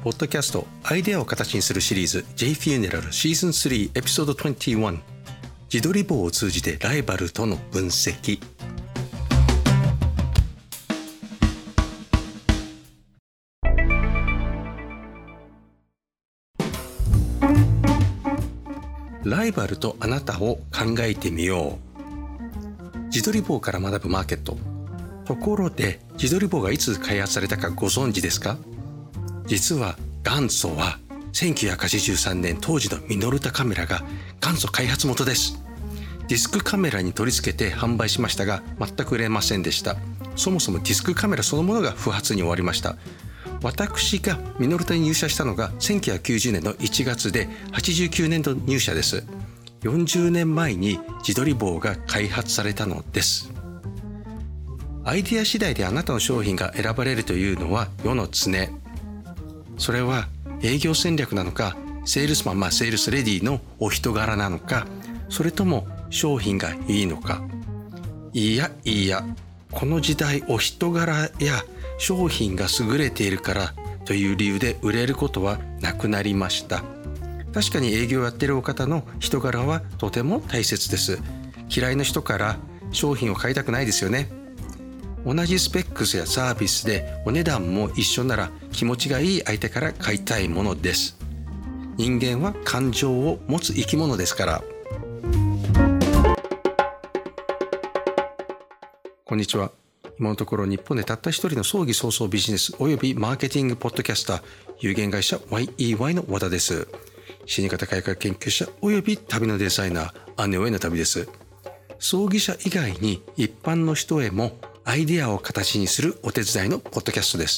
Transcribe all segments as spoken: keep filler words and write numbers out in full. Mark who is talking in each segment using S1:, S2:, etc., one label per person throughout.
S1: ポッドキャストアイデアを形にするシリーズ J フューネラルシーズンスリーエピソードにじゅういち、自撮り棒を通じてライバルとの分析。ライバルとあなたを考えてみよう。自撮り棒から学ぶマーケット。ところで自撮り棒がいつ開発されたかご存知ですか？実は元祖はせんきゅうひゃくはちじゅうさんねん、当時のミノルタカメラが元祖開発元です。ディスクカメラに取り付けて販売しましたが全く売れませんでした。そもそもディスクカメラそのものが不発に終わりました。私がミノルタに入社したのがせんきゅうひゃくきゅうじゅうねんのいちがつではちじゅうきゅうねんど入社です。よんじゅうねんまえに自撮り棒が開発されたのです。アイデア次第であなたの商品が選ばれるというのは世の常。それは営業戦略なのか、セールスマン、まあセールスレディのお人柄なのか、それとも商品がいいのか。いやいや、この時代お人柄や商品が優れているからという理由で売れることはなくなりました。確かに営業をやっているお方の人柄はとても大切です。嫌いな人から商品を買いたくないですよね。同じスペックスやサービスでお値段も一緒なら気持ちがいい相手から買いたいものです。人間は感情を持つ生き物ですから。こんにちは。今のところ日本でたった一人の葬儀早々ビジネスおよびマーケティングポッドキャスター、有限会社 ワイイーワイ の和田です。死に方改革研究者および旅のデザイナー、アネオへの旅です。葬儀者以外に一般の人へもアイデアを形にするお手伝いのポッドキャストです。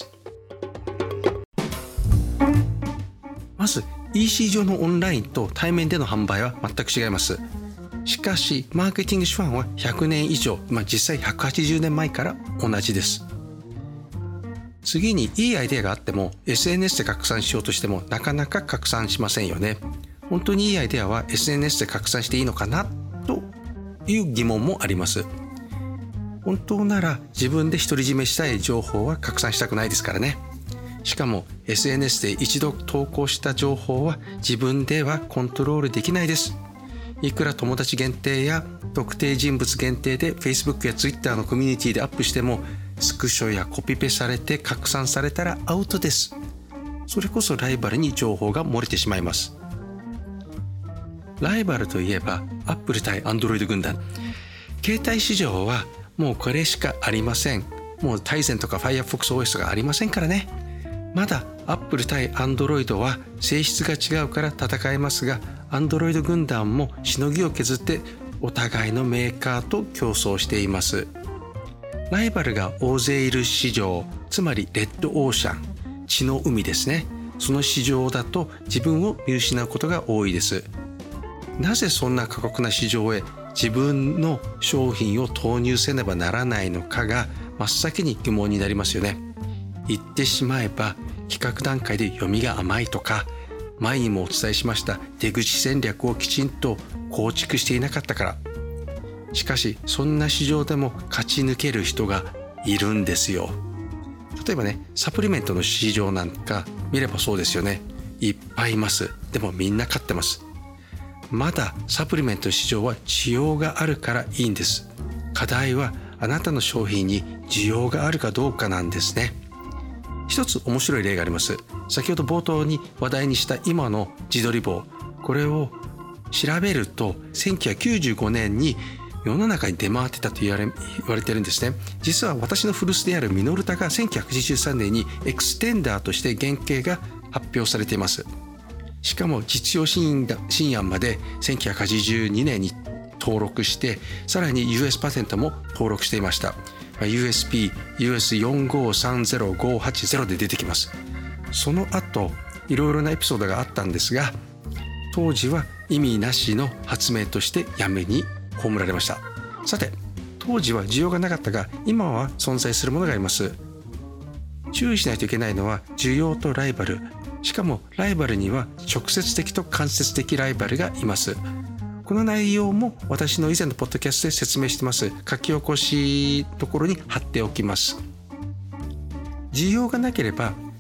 S1: まず イーシー 上のオンラインと対面での販売は全く違います。しかしマーケティング手腕はひゃくねん以上、まあ、実際ひゃくはちじゅうねんまえから同じです。次にいいアイデアがあっても エスエヌエス で拡散しようとしてもなかなか拡散しませんよね。本当にいいアイデアは エスエヌエス で拡散していいのかなという疑問もあります。本当なら自分で独り占めしたい情報は拡散したくないですからね。しかも エスエヌエス で一度投稿した情報は自分ではコントロールできないです。いくら友達限定や特定人物限定で Facebook や Twitter のコミュニティでアップしてもスクショやコピペされて拡散されたらアウトです。それこそライバルに情報が漏れてしまいます。ライバルといえば Apple 対 Android 軍団。携帯市場はもうこれしかありません。もう大山とか Firefox オーエス がありませんからね。まだ Apple 対 Android は性質が違うから戦えますが、 Android 軍団もしのぎを削ってお互いのメーカーと競争しています。ライバルが大勢いる市場、つまりレッドオーシャン、血の海ですね。その市場だと自分を見失うことが多いです。なぜそんな過酷な市場へ自分の商品を投入せねばならないのかが真っ先に疑問になりますよね。言ってしまえば企画段階で読みが甘いとか、前にもお伝えしました出口戦略をきちんと構築していなかったから。しかしそんな市場でも勝ち抜ける人がいるんですよ。例えばね、サプリメントの市場なんか見ればそうですよね。いっぱいいます。でもみんな勝ってます。まだサプリメント市場は需要があるからいいんです。課題はあなたの商品に需要があるかどうかなんですね。一つ面白い例があります。先ほど冒頭に話題にした今の自撮り棒、これを調べるとせんきゅうひゃくきゅうじゅうごねんに世の中に出回ってたと言われ、言われてるんですね。実は私の古巣であるミノルタがせんきゅうひゃくはちじゅうさんねんにエクステンダーとして原型が発表されています。しかも実用新案までせんきゅうひゃくはちじゅうにねんに登録して、さらに ユーエス パテントも登録していました。ユーエスピー ユーエスよんごさんゼロごはちゼロ で出てきます。その後いろいろなエピソードがあったんですが、当時は意味なしの発明としてやめに葬られました。さて、当時は需要がなかったが今は存在するものがあります。注意しないといけないのは需要とライバル、しかもライバルには直接的と間接的ライバルがいます。この内容も私の以前のポッドキャストで説明してます。書き起こしところに貼っておきます。需要がなければ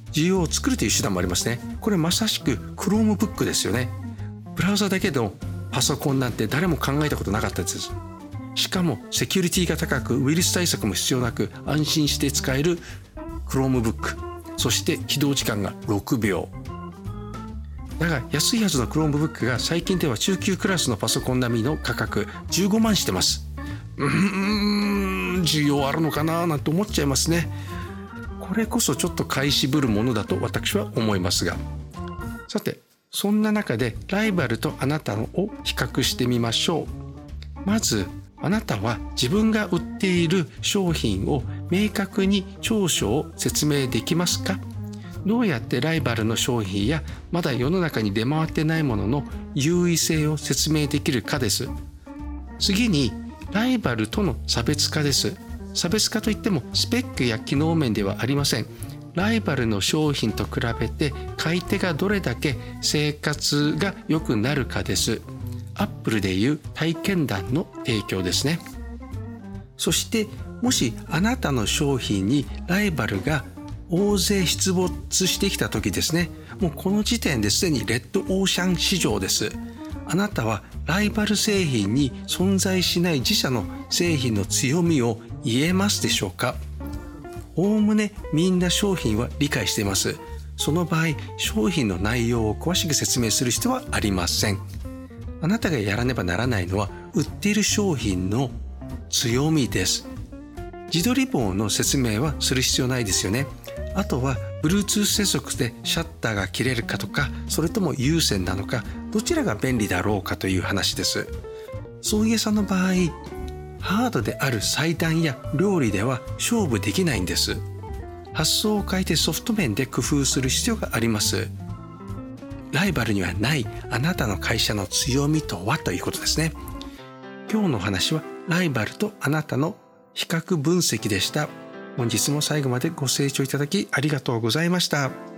S1: 需要を作るという手段もありますね。これまさしく Chromebook ですよね。ブラウザだけのパソコンなんて誰も考えたことなかったです。しかもセキュリティが高くウイルス対策も必要なく安心して使える Chromebook、 そして起動時間がろくびょう。だが安いはずの Chromebook が最近では中級クラスのパソコン並みの価格じゅうごまんしてます。うーん需要あるのかななんて思っちゃいますね。これこそちょっと買い渋るものだと私は思いますが、さてそんな中でライバルとあなたのを比較してみましょう。まずあなたは自分が売っている商品を明確に長所を説明できますか？どうやってライバルの商品やまだ世の中に出回ってないものの優位性を説明できるかです。次にライバルとの差別化です。差別化といってもスペックや機能面ではありません。ライバルの商品と比べて買い手がどれだけ生活が良くなるかです。アップルでいう体験談の提供ですね。そしてもしあなたの商品にライバルが大勢出没してきた時ですね、もうこの時点ですでにレッドオーシャン市場です。あなたはライバル製品に存在しない自社の製品の強みを言えますでしょうか？おおむねみんな商品は理解しています。その場合商品の内容を詳しく説明する必要はありません。あなたがやらねばならないのは売っている商品の強みです。自撮り棒の説明はする必要ないですよね。あとは Bluetooth 接続でシャッターが切れるかとか、それとも有線なのか、どちらが便利だろうかという話です。送迎さんの場合、ハードである裁断や料理では勝負できないんです。発想を変えてソフト面で工夫する必要があります。ライバルにはないあなたの会社の強みとはということですね。今日のお話はライバルとあなたの比較分析でした。本日も最後までご清聴いただきありがとうございました。